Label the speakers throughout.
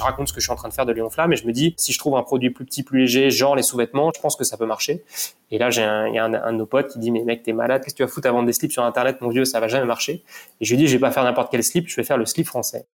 Speaker 1: raconte ce que je suis en train de faire de Léon Flamme et je me dis, si je trouve un produit plus petit, plus léger, genre les sous-vêtements, je pense que ça peut marcher. Et là, il y a un de nos potes qui dit, mais mec, t'es malade, qu'est-ce que tu vas foutre à vendre des slips sur Internet, mon vieux, ça va jamais marcher. Et je lui dis, je vais pas faire n'importe quel slip, je vais faire le slip français.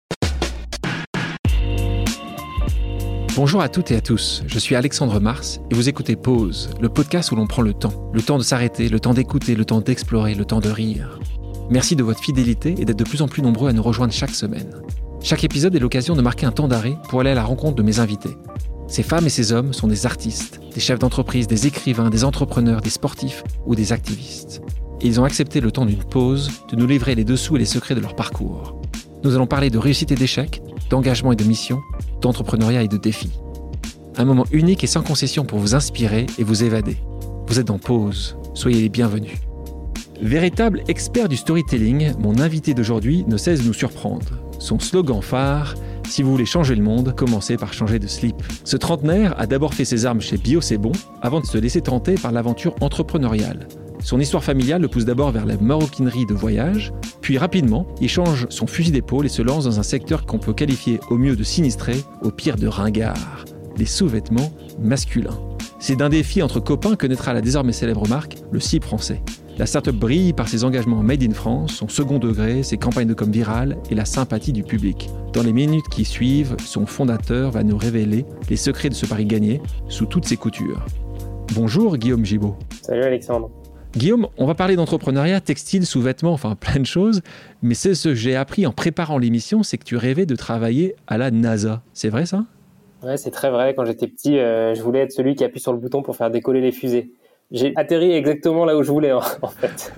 Speaker 2: Bonjour à toutes et à tous, je suis Alexandre Mars et vous écoutez Pause, le podcast où l'on prend le temps de s'arrêter, le temps d'écouter, le temps d'explorer, le temps de rire. Merci de votre fidélité et d'être de plus en plus nombreux à nous rejoindre chaque semaine. Chaque épisode est l'occasion de marquer un temps d'arrêt pour aller à la rencontre de mes invités. Ces femmes et ces hommes sont des artistes, des chefs d'entreprise, des écrivains, des entrepreneurs, des sportifs ou des activistes. Et ils ont accepté le temps d'une pause de nous livrer les dessous et les secrets de leur parcours. Nous allons parler de réussite et d'échec, d'engagement et de mission, d'entrepreneuriat et de défis. Un moment unique et sans concession pour vous inspirer et vous évader. Vous êtes en pause, soyez les bienvenus. Véritable expert du storytelling, mon invité d'aujourd'hui ne cesse de nous surprendre. Son slogan phare, si vous voulez changer le monde, commencez par changer de slip. Ce trentenaire a d'abord fait ses armes chez Bio C'est Bon, avant de se laisser tenter par l'aventure entrepreneuriale. Son histoire familiale le pousse d'abord vers la maroquinerie de voyage, puis rapidement, il change son fusil d'épaule et se lance dans un secteur qu'on peut qualifier au mieux de sinistré, au pire de ringard, les sous-vêtements masculins. C'est d'un défi entre copains que naîtra la désormais célèbre marque, le slip français. La start-up brille par ses engagements made in France, son second degré, ses campagnes de com virales et la sympathie du public. Dans les minutes qui suivent, son fondateur va nous révéler les secrets de ce pari gagné sous toutes ses coutures. Bonjour Guillaume Gibaud.
Speaker 1: Salut Alexandre.
Speaker 2: Guillaume, on va parler d'entrepreneuriat, textile, sous-vêtements, enfin plein de choses, mais c'est ce que j'ai appris en préparant l'émission, c'est que tu rêvais de travailler à la NASA. C'est vrai ça ?
Speaker 1: Ouais, c'est très vrai. Quand j'étais petit, je voulais être celui qui appuie sur le bouton pour faire décoller les fusées. J'ai atterri exactement là où je voulais, en fait.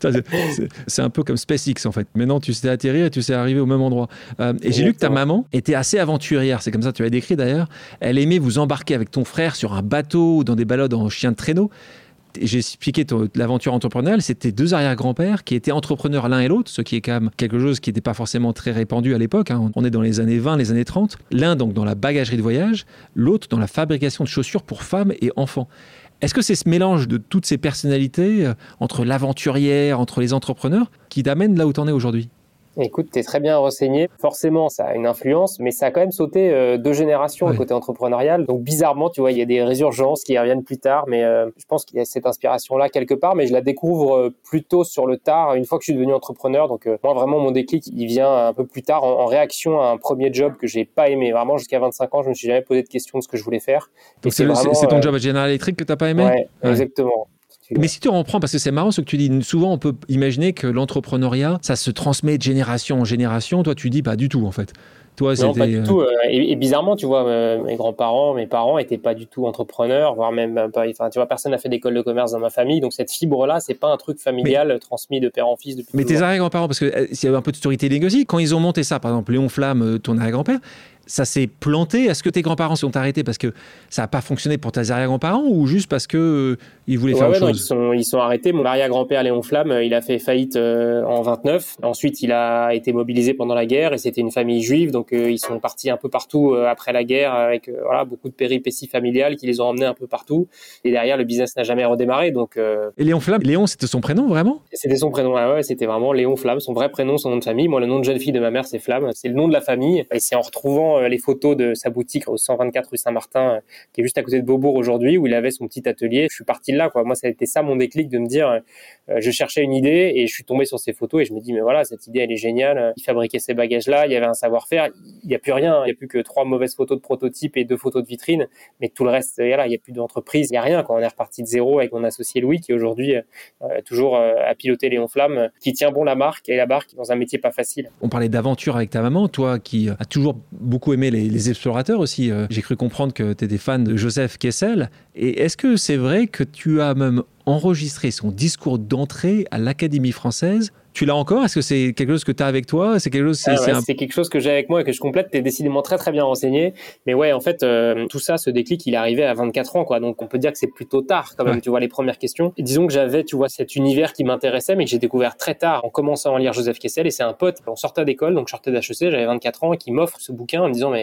Speaker 2: C'est un peu comme SpaceX, en fait. Maintenant, tu sais atterrir et tu sais arriver au même endroit. Et j'ai lu que ta maman était assez aventurière. C'est comme ça que tu l'as décrit, d'ailleurs. Elle aimait vous embarquer avec ton frère sur un bateau ou dans des balades en chien de traîneau. Et j'ai expliqué l'aventure entrepreneuriale, c'était deux arrière-grands-pères qui étaient entrepreneurs l'un et l'autre, ce qui est quand même quelque chose qui n'était pas forcément très répandu à l'époque. On est dans les années 20, les années 30. L'un donc dans la bagagerie de voyage, l'autre dans la fabrication de chaussures pour femmes et enfants. Est-ce que c'est ce mélange de toutes ces personnalités, entre l'aventurière, entre les entrepreneurs, qui t'amène là où tu en es aujourd'hui ?
Speaker 1: Écoute, t'es très bien renseigné. Forcément, ça a une influence, mais ça a quand même sauté 2 générations le côté entrepreneurial. Donc bizarrement, tu vois, il y a des résurgences qui reviennent plus tard, mais je pense qu'il y a cette inspiration-là quelque part, mais je la découvre plutôt sur le tard, une fois que je suis devenu entrepreneur. Donc moi, vraiment, mon déclic, il vient un peu plus tard en réaction à un premier job que j'ai pas aimé. Vraiment, jusqu'à 25 ans, je me suis jamais posé de questions de ce que je voulais faire.
Speaker 2: Donc c'est ton job à General Electric que t'as pas aimé ?
Speaker 1: Ouais, exactement.
Speaker 2: Mais si tu reprends, parce que c'est marrant ce que tu dis, souvent on peut imaginer que l'entrepreneuriat, ça se transmet de génération en génération. Toi, tu dis pas du tout en fait. Toi,
Speaker 1: non, pas du tout. Et bizarrement, tu vois, mes grands-parents, mes parents étaient pas du tout entrepreneurs, voire même pas. Enfin, tu vois, personne n'a fait d'école de commerce dans ma famille, donc cette fibre-là, c'est pas un truc familial transmis de père en fils depuis.
Speaker 2: Mais tes arrière-grands-parents, parce que s'il y avait un peu de storytelling aussi, quand ils ont monté ça, par exemple, Léon Flamme, ton arrière-grand-père, ça s'est planté. Est-ce que tes grands-parents sont arrêtés parce que ça n'a pas fonctionné pour tes arrière-grands-parents ou juste parce que ils voulaient faire autre chose ?
Speaker 1: Non, ils sont arrêtés. Mon arrière-grand-père Léon Flamme, il a fait faillite en 29. Ensuite, il a été mobilisé pendant la guerre et c'était une famille juive, donc ils sont partis un peu partout après la guerre avec beaucoup de péripéties familiales qui les ont emmenés un peu partout. Et derrière, le business n'a jamais redémarré. Donc
Speaker 2: Et Léon Flamme, Léon, c'était son prénom vraiment ?
Speaker 1: C'était son prénom. Ouais, c'était vraiment Léon Flamme, son vrai prénom, son nom de famille. Moi, le nom de jeune fille de ma mère, c'est Flamme. C'est le nom de la famille. Et c'est en retrouvant les photos de sa boutique au 124 rue Saint-Martin, qui est juste à côté de Beaubourg aujourd'hui, où il avait son petit atelier. Je suis parti de là, quoi. Moi, ça a été ça mon déclic de me dire, je cherchais une idée et je suis tombé sur ces photos et je me dis, mais voilà, cette idée, elle est géniale. Il fabriquait ces bagages-là, il y avait un savoir-faire. Il n'y a plus rien. Il n'y a plus que 3 mauvaises photos de prototypes et 2 photos de vitrine. Mais tout le reste, il n'y a plus d'entreprise. Il n'y a rien, quoi. On est reparti de zéro avec mon associé Louis, qui aujourd'hui, toujours à piloter Léon Flamme, qui tient bon la marque et la barque dans un métier pas facile.
Speaker 2: On parlait d'aventure avec ta maman, toi qui as toujours beaucoup aimé les explorateurs aussi. J'ai cru comprendre que tu étais fan de Joseph Kessel. Et est-ce que c'est vrai que tu as même enregistré son discours d'entrée à l'Académie française ? Tu l'as encore ? Est-ce que c'est quelque chose que tu as avec toi ? C'est quelque chose,
Speaker 1: c'est quelque chose que j'ai avec moi et que je complète. T'es décidément très très bien renseigné. Mais ouais, en fait, tout ça, ce déclic, il est arrivé à 24 ans, quoi. Donc on peut dire que c'est plutôt tard quand même. Ouais. Tu vois, les premières questions. Et disons que j'avais, tu vois, cet univers qui m'intéressait, mais que j'ai découvert très tard en commençant à lire Joseph Kessel. Et c'est un pote, on sortait d'école, donc je sortais d'HEC, j'avais 24 ans, et qui m'offre ce bouquin en me disant, mais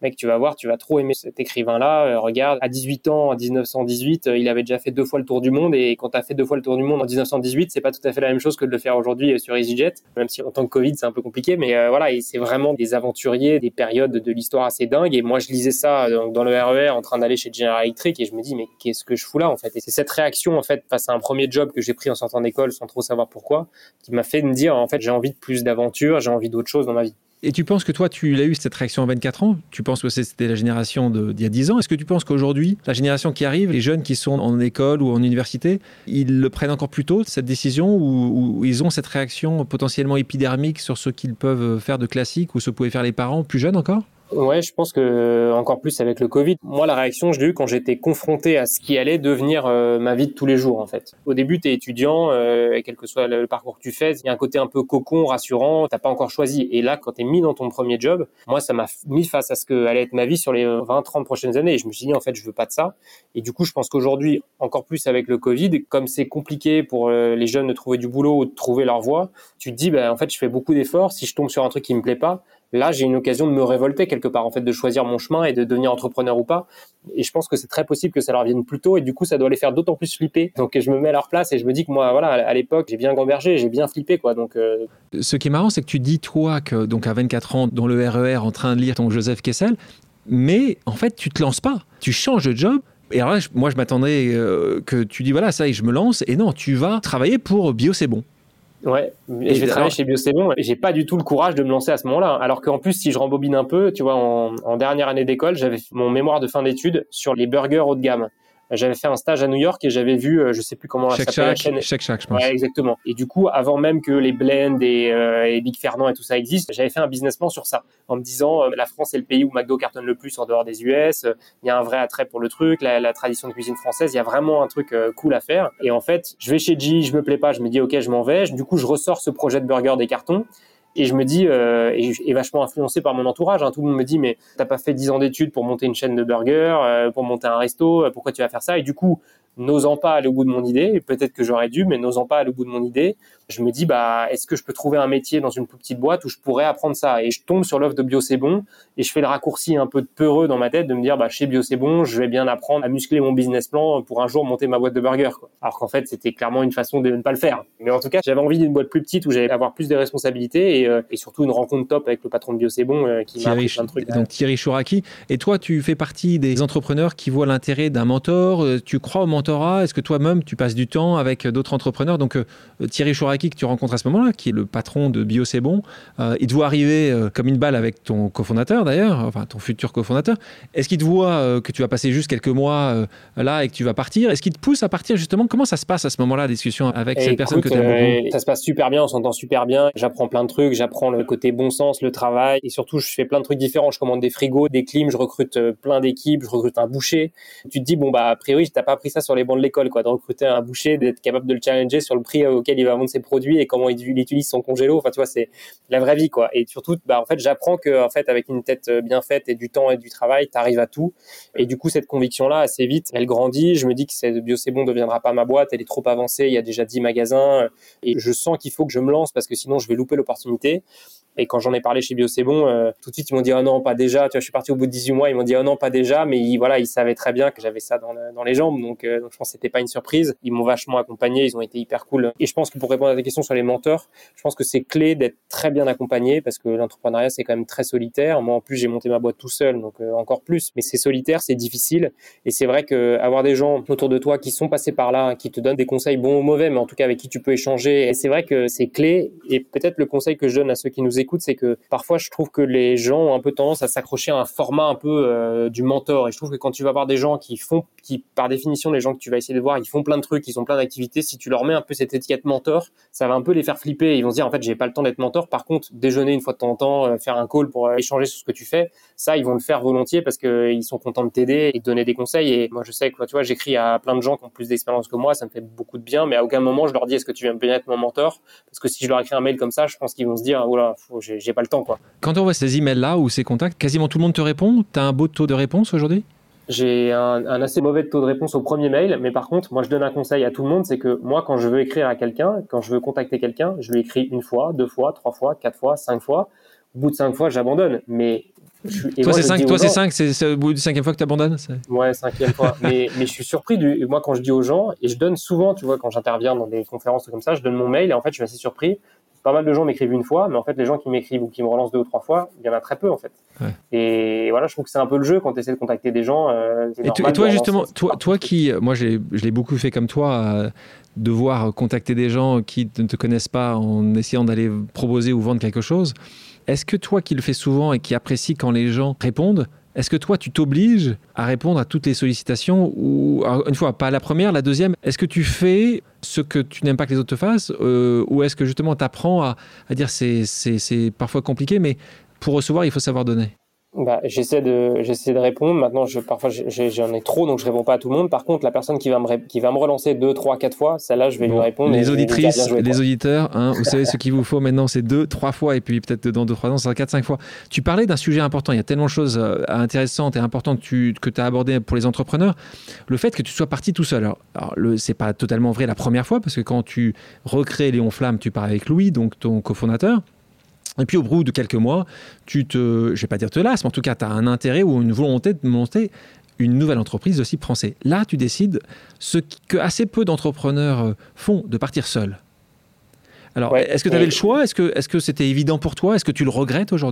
Speaker 1: Mec, tu vas voir, tu vas trop aimer cet écrivain-là. Regarde, à 18 ans, en 1918, il avait déjà fait 2 fois le tour du monde. Et quand tu as fait 2 fois le tour du monde en 1918, c'est pas tout à fait la même chose que de le faire aujourd'hui sur EasyJet. Même si en tant que Covid, c'est un peu compliqué. Mais voilà, et c'est vraiment des aventuriers, des périodes de l'histoire assez dingues. Et moi, je lisais ça dans le RER en train d'aller chez General Electric. Et je me dis, mais qu'est-ce que je fous là, en fait? Et c'est cette réaction, en fait, face à un premier job que j'ai pris en sortant d'école sans trop savoir pourquoi, qui m'a fait me dire, en fait, j'ai envie de plus d'aventure, j'ai envie d'autre chose dans ma vie.
Speaker 2: Et tu penses que toi, tu l'as eu cette réaction à 24 ans? Tu penses que c'était la génération d'il y a 10 ans? Est-ce que tu penses qu'aujourd'hui, la génération qui arrive, les jeunes qui sont en école ou en université, ils le prennent encore plus tôt, cette décision, ou ils ont cette réaction potentiellement épidermique sur ce qu'ils peuvent faire de classique ou ce que pouvaient faire les parents plus jeunes encore?
Speaker 1: Ouais, je pense que encore plus avec le Covid. Moi, la réaction, je l'ai eue quand j'étais confronté à ce qui allait devenir ma vie de tous les jours, en fait. Au début, t'es étudiant, et quel que soit le parcours que tu fais, il y a un côté un peu cocon, rassurant, t'as pas encore choisi. Et là, quand t'es mis dans ton premier job, moi, ça m'a mis face à ce que allait être ma vie sur les 20-30 prochaines années. Et je me suis dit, en fait, je veux pas de ça. Et du coup, je pense qu'aujourd'hui, encore plus avec le Covid, comme c'est compliqué pour les jeunes de trouver du boulot ou de trouver leur voie, tu te dis, en fait, je fais beaucoup d'efforts. Si je tombe sur un truc qui me plaît pas, là, j'ai une occasion de me révolter quelque part, en fait, de choisir mon chemin et de devenir entrepreneur ou pas. Et je pense que c'est très possible que ça leur vienne plus tôt et du coup, ça doit les faire d'autant plus flipper. Donc, je me mets à leur place et je me dis que moi, voilà, à l'époque, j'ai bien gambergé, j'ai bien flippé, quoi. Donc,
Speaker 2: Ce qui est marrant, c'est que tu dis, toi, que donc à 24 ans, dans le RER, en train de lire ton Joseph Kessel, mais en fait, tu te lances pas. Tu changes de job. Et alors là, moi, je m'attendais que tu dis, voilà, ça y est, je me lance. Et non, tu vas travailler pour Bio C'est Bon.
Speaker 1: ouais, et je vais travailler chez Bio C'est Bon. J'ai pas du tout le courage de me lancer à ce moment-là. Alors qu'en plus, si je rembobine un peu, tu vois, en dernière année d'école, j'avais mon mémoire de fin d'études sur les burgers haut de gamme. J'avais fait un stage à New York et j'avais vu, je sais plus comment
Speaker 2: Shake
Speaker 1: s'appelle la
Speaker 2: Shack,
Speaker 1: chaîne.
Speaker 2: Shake Shack, je pense.
Speaker 1: Ouais, exactement. Et du coup, avant même que les Blend et Big Fernand et tout ça existent, j'avais fait un business plan sur ça, en me disant la France est le pays où McDo cartonne le plus en dehors des US. Il y a un vrai attrait pour le truc, la tradition de cuisine française. Il y a vraiment un truc cool à faire. Et en fait, je vais chez G, je me plais pas, je me dis ok, je m'en vais. Du coup, je ressors ce projet de burger des cartons. Et je me dis, et vachement influencé par mon entourage, hein, tout le monde me dit, mais t'as pas fait 10 ans d'études pour monter une chaîne de burgers, pour monter un resto, pourquoi tu vas faire ça? Et du coup, n'osant pas aller au bout de mon idée, et peut-être que j'aurais dû, mais n'osant pas aller au bout de mon idée, je me dis, est-ce que je peux trouver un métier dans une plus petite boîte où je pourrais apprendre ça? Et je tombe sur l'offre de Bio C'est Bon, et je fais le raccourci un peu peureux dans ma tête de me dire, chez Bio C'est Bon, je vais bien apprendre à muscler mon business plan pour un jour monter ma boîte de burgers, quoi. Alors qu'en fait, c'était clairement une façon de ne pas le faire. Mais en tout cas, j'avais envie d'une boîte plus petite où j'allais avoir plus de responsabilités et surtout une rencontre top avec le patron de Bio C'est Bon qui m'a appris plein de trucs.
Speaker 2: Donc Thierry Chouraki. Et toi, tu fais partie des entrepreneurs qui voient l'intérêt d'un mentor. Tu crois au mentorat? Est-ce que toi-même, tu passes du temps avec d'autres entrepreneurs? Donc Thierry Chouraki que tu rencontres à ce moment-là, qui est le patron de Bio C'est Bon, il te voit arriver comme une balle avec ton cofondateur d'ailleurs, enfin ton futur cofondateur. Est-ce qu'il te voit que tu vas passer juste quelques mois là et que tu vas partir? Est-ce qu'il te pousse à partir justement? Comment ça se passe à ce moment-là, la discussion avec cette personne que tu aimes beaucoup?
Speaker 1: Ça se passe super bien, on s'entend super bien. J'apprends plein de trucs, j'apprends le côté bon sens, le travail et surtout je fais plein de trucs différents. Je commande des frigos, des clims, je recrute plein d'équipes, je recrute un boucher. Tu te dis a priori t'as pas appris ça sur les bancs de l'école, quoi, de recruter un boucher, d'être capable de le challenger sur le prix auquel il va vendre ses produits et comment il utilise son congélo. Enfin tu vois, c'est la vraie vie, quoi. Et surtout en fait j'apprends que en fait avec une tête bien faite et du temps et du travail, t'arrives à tout. Et du coup cette conviction là assez vite, elle grandit. Je me dis que Bio C'est Bon deviendra pas ma boîte, elle est trop avancée, il y a déjà 10 magasins et je sens qu'il faut que je me lance parce que sinon je vais louper l'opportunité. Et quand j'en ai parlé chez Bio C'est Bon, tout de suite, ils m'ont dit « Oh non, pas déjà ». Tu vois, je suis parti au bout de 18 mois, ils m'ont dit « Oh non, pas déjà ». Mais ils savaient très bien que j'avais ça dans les jambes. Donc, je pense que c'était pas une surprise. Ils m'ont vachement accompagné, ils ont été hyper cool. Et je pense que pour répondre à ta question sur les mentors, je pense que c'est clé d'être très bien accompagné parce que l'entrepreneuriat, c'est quand même très solitaire. Moi, en plus, j'ai monté ma boîte tout seul, donc encore plus. Mais c'est solitaire, c'est difficile. Et c'est vrai que avoir des gens autour de toi qui sont passés par là, qui te donnent des conseils bons ou mauvais, mais en tout cas avec qui tu peux échanger, et c'est vrai que c'est clé. Et peut-être le conseil que je donne à ceux qui nous écoute, c'est que parfois je trouve que les gens ont un peu tendance à s'accrocher à un format un peu du mentor, et je trouve que quand tu vas voir des gens qui par définition, les gens que tu vas essayer de voir, ils font plein de trucs, ils ont plein d'activités, si tu leur mets un peu cette étiquette mentor, ça va un peu les faire flipper, ils vont se dire en fait j'ai pas le temps d'être mentor. Par contre, déjeuner une fois de temps en temps, faire un call pour échanger sur ce que tu fais, ça ils vont le faire volontiers parce que ils sont contents de t'aider et de donner des conseils. Et moi je sais que tu vois, j'écris à plein de gens qui ont plus d'expérience que moi, ça me fait beaucoup de bien, mais à aucun moment je leur dis est-ce que tu viens bien être mon mentor, parce que si je leur écris un mail comme ça, je pense qu'ils vont se dire oh là, j'ai pas le temps, quoi.
Speaker 2: Quand on voit ces emails-là ou ces contacts, quasiment tout le monde te répond. Tu as un beau taux de réponse aujourd'hui?
Speaker 1: J'ai un assez mauvais taux de réponse au premier mail, mais par contre, moi je donne un conseil à tout le monde, c'est que moi quand je veux écrire à quelqu'un, quand je veux contacter quelqu'un, je lui écris 1 fois, 2 fois, 3 fois, 4 fois, 5 fois. Au bout de 5 fois, j'abandonne. Mais
Speaker 2: Toi, c'est 5, c'est au bout du 5e fois que tu abandonnes.
Speaker 1: Ouais, 5e fois. mais je suis surpris moi, quand je dis aux gens, et je donne souvent, tu vois, quand j'interviens dans des conférences comme ça, je donne mon mail et en fait, je suis assez surpris. Pas mal de gens m'écrivent une fois, mais en fait, les gens qui m'écrivent ou qui me relancent 2 ou 3 fois, il y en a très peu, en fait.
Speaker 2: Ouais.
Speaker 1: Et voilà, je trouve que c'est un peu le jeu quand tu essaies de contacter des gens.
Speaker 2: Et toi, justement, toi qui, moi, je l'ai beaucoup fait comme toi, devoir contacter des gens qui ne te connaissent pas en essayant d'aller proposer ou vendre quelque chose. Est-ce que toi qui le fais souvent et qui apprécie quand les gens répondent, est-ce que toi tu t'obliges à répondre à toutes les sollicitations ou une fois, pas la première, la deuxième, est-ce que tu fais ce que tu n'aimes pas que les autres te fassent ou est-ce que justement tu apprends à dire c'est parfois compliqué mais pour recevoir il faut savoir donner?
Speaker 1: J'essaie de répondre. Maintenant, parfois, j'en ai trop, donc je réponds pas à tout le monde. Par contre, la personne qui va me relancer 2, 3, 4 fois, celle-là, je vais lui répondre.
Speaker 2: Les auditrices, les auditeurs, hein, vous savez ce qu'il vous faut maintenant, c'est 2, 3 fois, et puis peut-être dans 2, 3 ans, ça sera 4, 5 fois. Tu parlais d'un sujet important. Il y a tellement de choses intéressantes et importantes que tu as abordées pour les entrepreneurs. Le fait que tu sois parti tout seul. Alors c'est pas totalement vrai la première fois, parce que quand tu recrées Léon Flamme, tu pars avec Louis, donc ton cofondateur. Et puis au bout de quelques mois, je ne vais pas dire te lasses, mais en tout cas, tu as un intérêt ou une volonté de monter une nouvelle entreprise de slip français. Là, tu décides ce que assez peu d'entrepreneurs font, de partir seul. Alors, est-ce que tu avais le choix ? Est-ce que c'était évident pour toi ? Est-ce que tu le regrettes aujourd'hui ?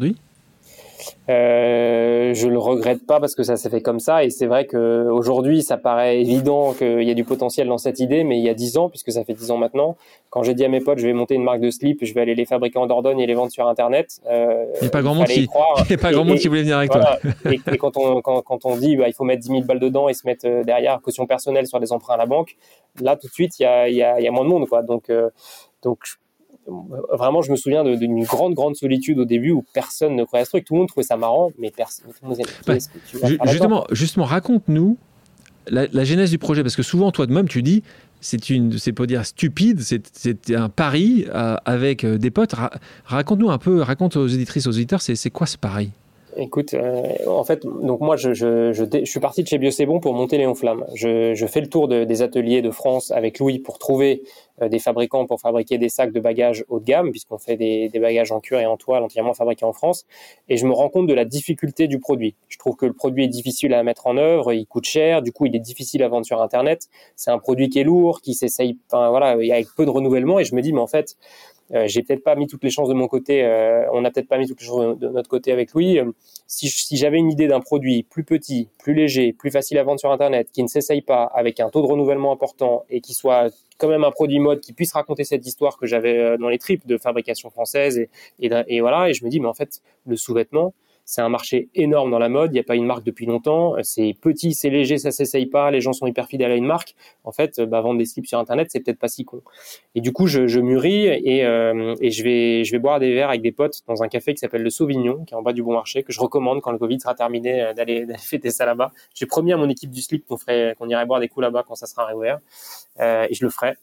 Speaker 1: Je le regrette pas parce que ça s'est fait comme ça et c'est vrai qu'aujourd'hui ça paraît évident qu'il y a du potentiel dans cette idée, mais il y a 10 ans, puisque ça fait 10 ans maintenant, quand j'ai dit à mes potes je vais monter une marque de slip, je vais aller les fabriquer en Dordogne et les vendre sur internet,
Speaker 2: il n'y a pas grand monde qui voulait venir avec
Speaker 1: voilà.
Speaker 2: toi.
Speaker 1: Et quand on dit il faut mettre 10 000 balles dedans et se mettre derrière caution personnelle sur des emprunts à la banque, là tout de suite il y a moins de monde, quoi. Donc vraiment, je me souviens d'une grande solitude au début où personne ne croyait ce truc. Tout le monde trouvait ça marrant, mais personne ne disait
Speaker 2: justement, raconte-nous la genèse du projet, parce que souvent, toi de même, tu dis, c'est pas dire stupide, c'est un pari avec des potes. Raconte-nous un peu, raconte aux éditrices, aux auditeurs, c'est quoi ce pari ?
Speaker 1: Écoute, en fait, donc moi, je suis parti de chez Bio C'est Bon pour monter Léon Flamme. Je fais le tour des ateliers de France avec Louis pour trouver des fabricants pour fabriquer des sacs de bagages haut de gamme, puisqu'on fait des bagages en cuir et en toile entièrement fabriqués en France. Et je me rends compte de la difficulté du produit. Je trouve que le produit est difficile à mettre en œuvre, il coûte cher, du coup, il est difficile à vendre sur Internet. C'est un produit qui est lourd, qui s'essaye, il y a peu de renouvellement. Et je me dis, mais en fait, j'ai peut-être pas mis toutes les chances de mon côté, on n'a peut-être pas mis toutes les chances de notre côté avec Louis. Si j'avais une idée d'un produit plus petit, plus léger, plus facile à vendre sur Internet, qui ne s'essaye pas, avec un taux de renouvellement important et qui soit quand même un produit mode qui puisse raconter cette histoire que j'avais dans les tripes de fabrication française et voilà. Et je me dis, mais en fait, le sous-vêtement, c'est un marché énorme dans la mode. Il n'y a pas une marque depuis longtemps. C'est petit, c'est léger, ça s'essaye pas. Les gens sont hyper fidèles à une marque. En fait, vendre des slips sur Internet, c'est peut-être pas si con. Et du coup, je mûris et je vais boire des verres avec des potes dans un café qui s'appelle le Sauvignon, qui est en bas du Bon Marché, que je recommande quand le Covid sera terminé d'aller fêter ça là-bas. J'ai promis à mon équipe du slip qu'on irait boire des coups là-bas quand ça sera réouvert. Et je le ferai.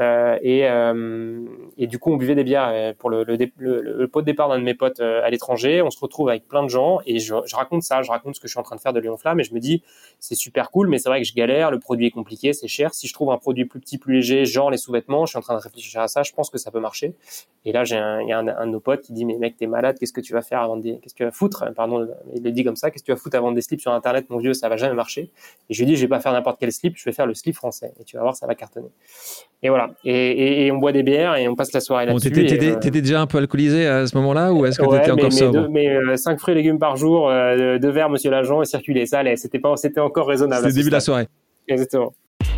Speaker 1: Et du coup, on buvait des bières pour le pot de départ d'un de mes potes à l'étranger. On se retrouve avec plein de gens et je raconte ça, je raconte ce que je suis en train de faire de Léon Flamme et je me dis, c'est super cool, mais c'est vrai que je galère, le produit est compliqué, c'est cher. Si je trouve un produit plus petit, plus léger, genre les sous-vêtements, je suis en train de réfléchir à ça, je pense que ça peut marcher. Et là, il y a un de nos potes qui dit, mais mec, t'es malade, qu'est-ce que tu vas faire qu'est-ce que tu vas foutre? Pardon, il le dit comme ça, qu'est-ce que tu vas foutre à vendre des slips sur Internet, mon vieux, ça va jamais marcher. Et je lui dis, je vais pas faire n'importe quel slip, je vais faire le slip français et tu vas voir, ça va cartonner. Et voilà. Et on boit des bières et on passe la soirée là-dessus.
Speaker 2: T'étais déjà un peu alcoolisé à ce moment-là ou est-ce que t'étais encore sobre ?
Speaker 1: Mais 5 fruits et légumes par jour, 2 verres, monsieur l'agent, et circuler. Ça allait. C'était encore raisonnable.
Speaker 2: C'était le début de la soirée.
Speaker 1: Exactement.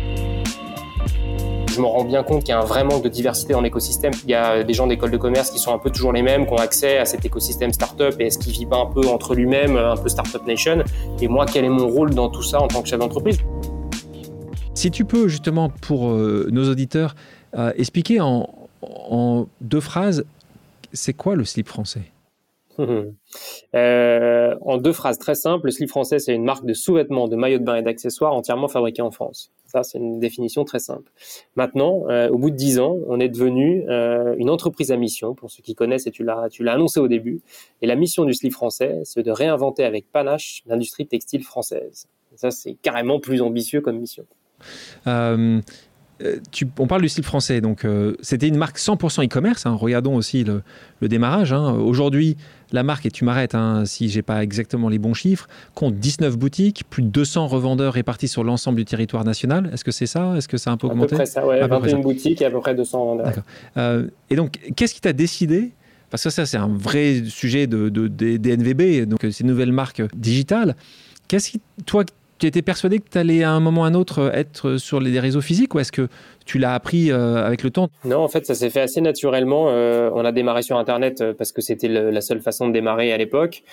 Speaker 1: Je me rends bien compte qu'il y a un vrai manque de diversité dans l'écosystème. Il y a des gens d'école de commerce qui sont un peu toujours les mêmes, qui ont accès à cet écosystème startup et est-ce qu'ils vivent un peu entre lui-même, un peu startup nation. Et moi, quel est mon rôle dans tout ça en tant que chef d'entreprise ?
Speaker 2: Si tu peux justement pour nos auditeurs expliquer en 2 phrases, c'est quoi le slip français ?
Speaker 1: En 2 phrases très simples, le slip français, c'est une marque de sous-vêtements, de maillots de bain et d'accessoires entièrement fabriqués en France. Ça, c'est une définition très simple. Maintenant, au bout de 10 ans, on est devenu une entreprise à mission, pour ceux qui connaissent, et tu l'as annoncé au début. Et la mission du slip français, c'est de réinventer avec panache l'industrie textile française. Et ça, c'est carrément plus ambitieux comme mission.
Speaker 2: On parle du slip français, donc c'était une marque 100% e-commerce. Regardons aussi le démarrage. Aujourd'hui, la marque, et tu m'arrêtes si je n'ai pas exactement les bons chiffres, compte 19 boutiques, plus de 200 revendeurs répartis sur l'ensemble du territoire national. Est-ce que c'est ça? Est-ce que ça a un peu augmenté?
Speaker 1: À peu près ça, ouais. 21 boutiques et à peu près 200 vendeurs.
Speaker 2: D'accord. Et donc, qu'est-ce qui t'a décidé? Parce que ça, c'est un vrai sujet des NVB, donc ces nouvelles marques digitales. Qu'est-ce qui, toi, tu étais persuadé que tu allais à un moment ou à un autre être sur les réseaux physiques, ou est-ce que tu l'as appris avec le temps?
Speaker 1: Non, en fait, ça s'est fait assez naturellement. On a démarré sur Internet parce que c'était la seule façon de démarrer à l'époque.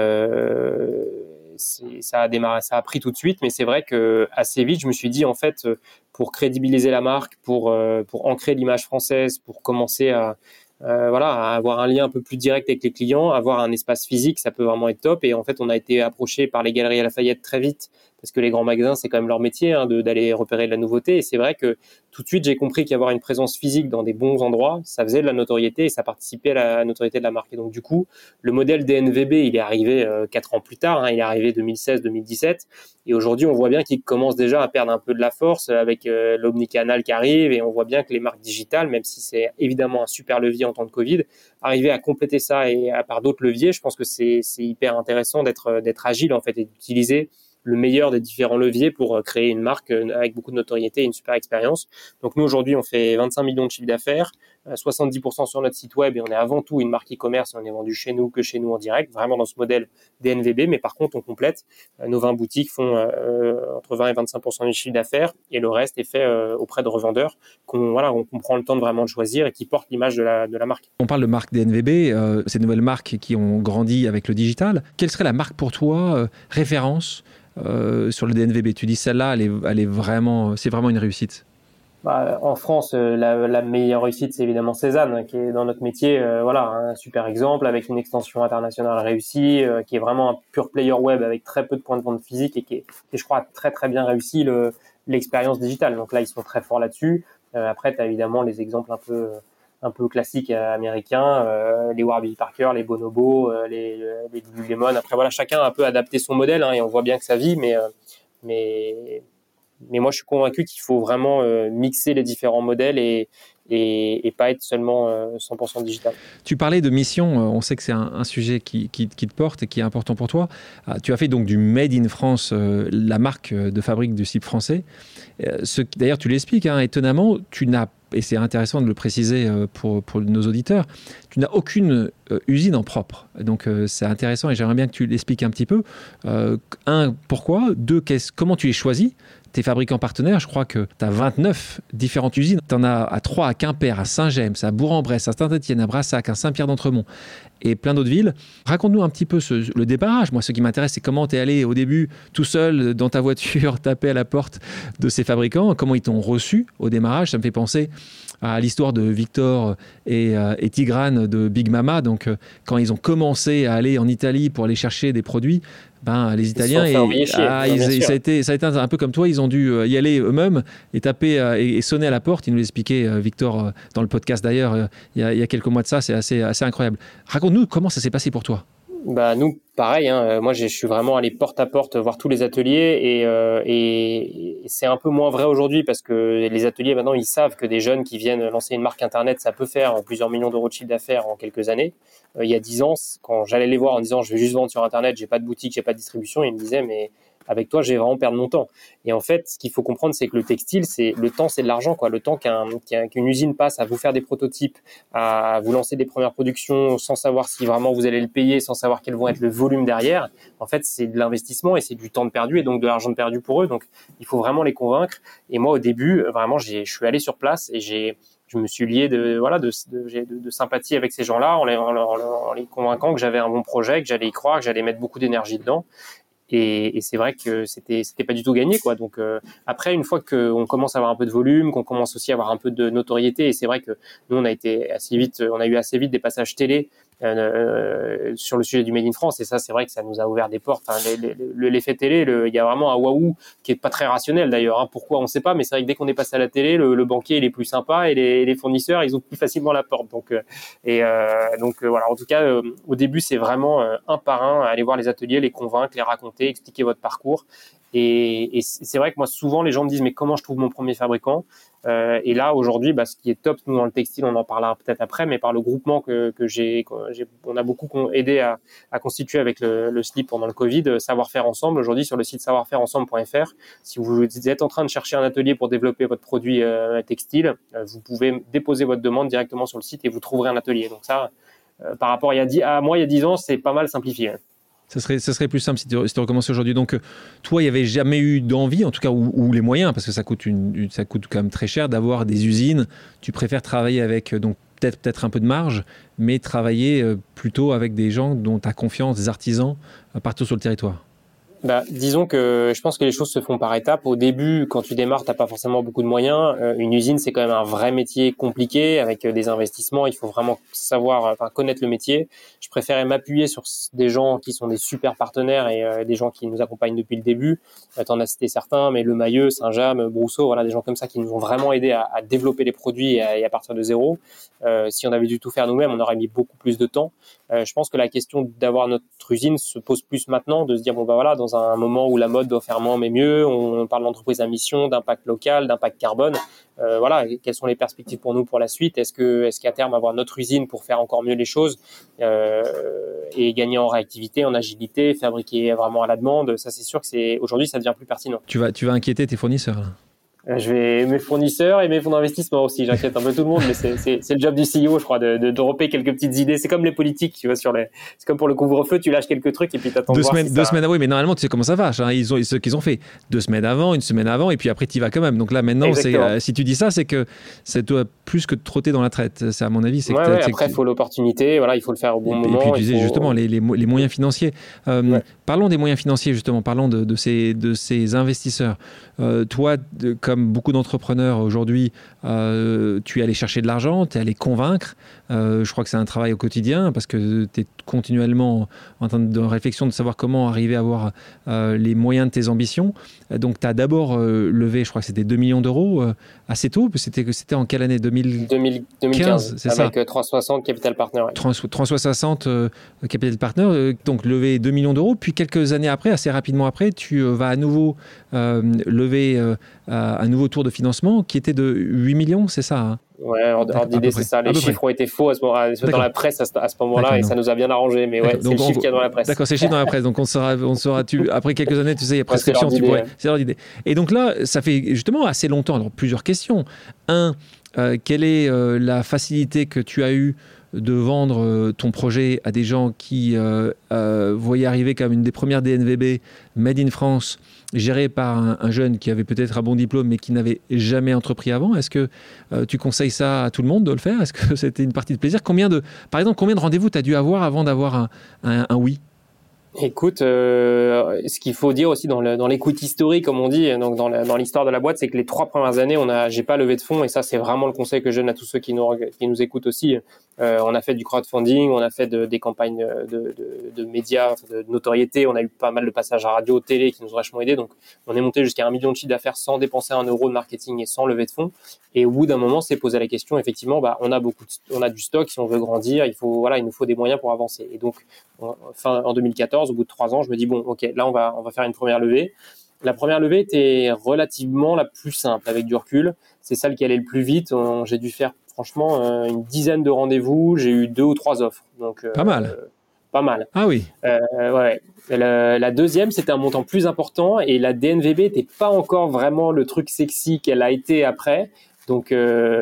Speaker 1: Ça a pris tout de suite, mais c'est vrai que assez vite, je me suis dit, en fait, pour crédibiliser la marque, pour ancrer l'image française, pour commencer à avoir un lien un peu plus direct avec les clients, avoir un espace physique, ça peut vraiment être top. Et en fait, on a été approché par les Galeries Lafayette très vite, parce que les grands magasins, c'est quand même leur métier d'aller repérer de la nouveauté. Et c'est vrai que tout de suite, j'ai compris qu'avoir une présence physique dans des bons endroits, ça faisait de la notoriété et ça participait à la notoriété de la marque. Et donc, du coup, le modèle DNVB, il est arrivé 4 ans plus tard, il est arrivé 2016-2017. Et aujourd'hui, on voit bien qu'il commence déjà à perdre un peu de la force avec l'omnicanal qui arrive. Et on voit bien que les marques digitales, même si c'est évidemment un super levier en temps de Covid, arriver à compléter ça et à part d'autres leviers, je pense que c'est hyper intéressant d'être agile en fait et d'utiliser le meilleur des différents leviers pour créer une marque avec beaucoup de notoriété et une super expérience. Donc nous, aujourd'hui, on fait 25 millions de chiffre d'affaires, 70% sur notre site web et on est avant tout une marque e-commerce. On est vendu chez nous en direct, vraiment dans ce modèle DNVB. Mais par contre, on complète. Nos 20 boutiques font entre 20 et 25% du chiffre d'affaires et le reste est fait auprès de revendeurs qu'on prend le temps de vraiment choisir et qui portent l'image de la marque.
Speaker 2: On parle de marque DNVB, ces nouvelles marques qui ont grandi avec le digital. Quelle serait la marque pour toi, référence sur le DNVB? Tu dis celle-là, elle est vraiment, c'est vraiment une réussite.
Speaker 1: En France, la meilleure réussite, c'est évidemment Cézanne, qui est dans notre métier, un super exemple avec une extension internationale réussie, qui est vraiment un pure player web avec très peu de points de vente physiques et qui est, je crois, très très bien réussi l'expérience digitale. Donc là, ils sont très forts là-dessus. Après, tu as évidemment les exemples un peu classiques américains, les Warby Parker, les Bonobo, les Lululemon. Après, voilà, chacun a un peu adapté son modèle et on voit bien que ça vit, mais moi, je suis convaincu qu'il faut vraiment mixer les différents modèles et pas être seulement 100% digital.
Speaker 2: Tu parlais de mission, on sait que c'est un sujet qui te porte et qui est important pour toi. Tu as fait donc du Made in France, la marque de fabrique du slip français. D'ailleurs, tu l'expliques, étonnamment, tu n'as, et c'est intéressant de le préciser pour nos auditeurs, tu n'as aucune usine en propre. Donc c'est intéressant et j'aimerais bien que tu l'expliques un petit peu. Pourquoi? Comment tu les choisis? Tes fabricants partenaires, je crois que tu as 29 différentes usines. Tu en as à 3 à Quimper, à Saint-James, à Bourg-en-Bresse, à Saint-Étienne, à Brassac, à Saint-Pierre-d'Entremont et plein d'autres villes. Raconte-nous un petit peu le démarrage. Moi, ce qui m'intéresse, c'est comment tu es allé au début tout seul dans ta voiture, taper à la porte de ces fabricants, comment ils t'ont reçu au démarrage. Ça me fait penser à l'histoire de Victor et Tigrane de Big Mama. Donc, quand ils ont commencé à aller en Italie pour aller chercher des produits, les Italiens, ça a été un peu comme toi, ils ont dû y aller eux-mêmes et taper et sonner à la porte. Il nous l'expliquait, Victor, dans le podcast d'ailleurs, il y a quelques mois de ça, c'est assez incroyable. Raconte-nous comment ça s'est passé pour toi.
Speaker 1: Nous, pareil, moi je suis vraiment allé porte à porte voir tous les ateliers et c'est un peu moins vrai aujourd'hui parce que les ateliers maintenant ils savent que des jeunes qui viennent lancer une marque internet ça peut faire plusieurs millions d'euros de chiffre d'affaires en quelques années. Il y a 10 ans, quand j'allais les voir en disant je vais juste vendre sur internet, j'ai pas de boutique, j'ai pas de distribution, ils me disaient mais avec toi, je vais vraiment perdre mon temps. Et en fait, ce qu'il faut comprendre, c'est que le textile, le temps, c'est de l'argent, quoi. Le temps qu'une usine passe à vous faire des prototypes, à vous lancer des premières productions sans savoir si vraiment vous allez le payer, sans savoir quel vont être le volume derrière. En fait, c'est de l'investissement et c'est du temps de perdu et donc de l'argent de perdu pour eux. Donc, il faut vraiment les convaincre. Et moi, au début, vraiment, je suis allé sur place et je me suis lié de sympathie avec ces gens-là en les convainquant que j'avais un bon projet, que j'allais y croire, que j'allais mettre beaucoup d'énergie dedans. Et c'est vrai que c'était pas du tout gagné, quoi. Donc après, une fois qu'on commence à avoir un peu de volume, qu'on commence aussi à avoir un peu de notoriété, et c'est vrai que nous on a eu assez vite des passages télé sur le sujet du Made in France, et ça c'est vrai que ça nous a ouvert des portes. L'effet télé, il y a vraiment un waouh qui est pas très rationnel d'ailleurs. Pourquoi on sait pas, mais c'est vrai que dès qu'on est passé à la télé, le banquier il est plus sympa et les fournisseurs ils ouvrent plus facilement la porte. Donc voilà. En tout cas, au début c'est vraiment un par un aller voir les ateliers, les convaincre, les raconter, expliquer votre parcours. Et c'est vrai que moi souvent les gens me disent mais comment je trouve mon premier fabricant? Et là, aujourd'hui, ce qui est top, nous, dans le textile, on en parlera peut-être après, mais par le groupement on a beaucoup aidé à constituer avec le slip pendant le Covid, Savoir-faire ensemble. Aujourd'hui, sur le site savoirfaireensemble.fr, si vous êtes en train de chercher un atelier pour développer votre produit textile, vous pouvez déposer votre demande directement sur le site et vous trouverez un atelier. Donc ça, par rapport à il y a 10 ans, c'est pas mal simplifié.
Speaker 2: Ça serait plus simple si tu recommençais aujourd'hui. Donc, toi, il n'y avait jamais eu d'envie, en tout cas, ou les moyens, parce que ça coûte quand même très cher d'avoir des usines. Tu préfères travailler avec, donc peut-être un peu de marge, mais travailler plutôt avec des gens dont tu as confiance, des artisans, partout sur le territoire.
Speaker 1: Disons que je pense que les choses se font par étapes. Au début, quand tu démarres, t'as pas forcément beaucoup de moyens. Une usine, c'est quand même un vrai métier compliqué avec des investissements. Il faut vraiment connaître le métier. Je préférais m'appuyer sur des gens qui sont des super partenaires et des gens qui nous accompagnent depuis le début. T'en as cité certains, mais Le Mailleux, Saint-James, Brousseau, voilà, des gens comme ça qui nous ont vraiment aidés à développer les produits et à partir de zéro. Si on avait dû tout faire nous-mêmes, on aurait mis beaucoup plus de temps. Je pense que la question d'avoir notre usine se pose plus maintenant, de se dire voilà, dans un moment où la mode doit faire moins mais mieux, on parle d'entreprise à mission, d'impact local, d'impact carbone. Voilà, quelles sont les perspectives pour nous pour la suite? Est-ce qu'à terme avoir notre usine pour faire encore mieux les choses et gagner en réactivité, en agilité, fabriquer vraiment à la demande? Ça, c'est sûr que aujourd'hui, ça devient plus pertinent.
Speaker 2: Tu vas inquiéter tes fournisseurs là.
Speaker 1: Mes fournisseurs et mes fonds d'investissement aussi. J'inquiète un peu tout le monde, mais c'est le job du CEO, je crois, de dropper quelques petites idées. C'est comme les politiques, tu vois, c'est comme pour le couvre-feu, tu lâches quelques trucs et puis t'attends de voir
Speaker 2: deux semaines avant, oui, mais normalement, tu sais comment ça va. Hein, ce qu'ils ont fait 2 semaines avant, 1 semaine avant, et puis après, tu y vas quand même. Donc là, maintenant, si tu dis ça, c'est que c'est toi plus que de trotter dans la traite. C'est à mon avis.
Speaker 1: Après, il faut l'opportunité. Voilà, il faut le faire au bon moment.
Speaker 2: Et puis, tu disais justement les moyens financiers. Parlons des moyens financiers, justement. Parlons de ces investisseurs. Toi, comme beaucoup d'entrepreneurs aujourd'hui, tu es allé chercher de l'argent, tu es allé convaincre. Je crois que c'est un travail au quotidien parce que tu es continuellement en train de réflexion de savoir comment arriver à avoir les moyens de tes ambitions. Donc, tu as d'abord levé, je crois que c'était 2 millions d'euros assez tôt. C'était en quelle année?
Speaker 1: 2015,
Speaker 2: c'est
Speaker 1: avec
Speaker 2: ça.
Speaker 1: 360 Capital Partner. Ouais.
Speaker 2: 360 Capital Partner, donc levé 2 millions d'euros. Puis quelques années après, assez rapidement après, tu vas à nouveau lever un nouveau tour de financement qui était de 8 millions, c'est ça hein?
Speaker 1: Ouais, hors d'idée, c'est ça. Les chiffres ont été faux à ce moment-là, dans la presse à ce moment-là, et ça nous a bien arrangé. Mais ouais, c'est le chiffre qu'il y a dans la presse.
Speaker 2: D'accord, c'est le chiffre dans la presse. Donc on saura après quelques années, tu sais, il y a prescription. C'est l'ordre d'idée. Et donc là, ça fait justement assez longtemps. Alors plusieurs questions. Quelle est la facilité que tu as eue de vendre ton projet à des gens qui voyaient arriver comme une des premières DNVB Made in France, gérée par un jeune qui avait peut-être un bon diplôme mais qui n'avait jamais entrepris avant? Est-ce que tu conseilles ça à tout le monde de le faire? Est-ce que c'était une partie de plaisir? Par exemple, combien de rendez-vous tu as dû avoir avant d'avoir un oui?
Speaker 1: Écoute, ce qu'il faut dire aussi dans l'écoute historique, comme on dit, donc dans l'histoire de la boîte, c'est que les 3 premières années, j'ai pas levé de fonds, et ça, c'est vraiment le conseil que je donne à tous ceux qui nous écoutent aussi. On a fait du crowdfunding, on a fait des campagnes de médias, de notoriété, on a eu pas mal de passages à radio, télé qui nous ont vachement aidés, donc on est monté jusqu'à 1 million de chiffre d'affaires sans dépenser 1 euro de marketing et sans lever de fonds. Et au bout d'un moment, c'est posé la question, effectivement, on a du stock, si on veut grandir, il nous faut des moyens pour avancer. Et donc, en 2014, au bout de 3 ans, je me dis ok, là on va faire une première levée. La première levée était relativement la plus simple avec du recul. C'est celle qui allait le plus vite. J'ai dû faire franchement une dizaine de rendez-vous. J'ai eu 2 ou 3 offres. Donc
Speaker 2: pas mal.
Speaker 1: Pas mal.
Speaker 2: Ah oui.
Speaker 1: Ouais. La deuxième, c'était un montant plus important et la DNVB n'était pas encore vraiment le truc sexy qu'elle a été après. Et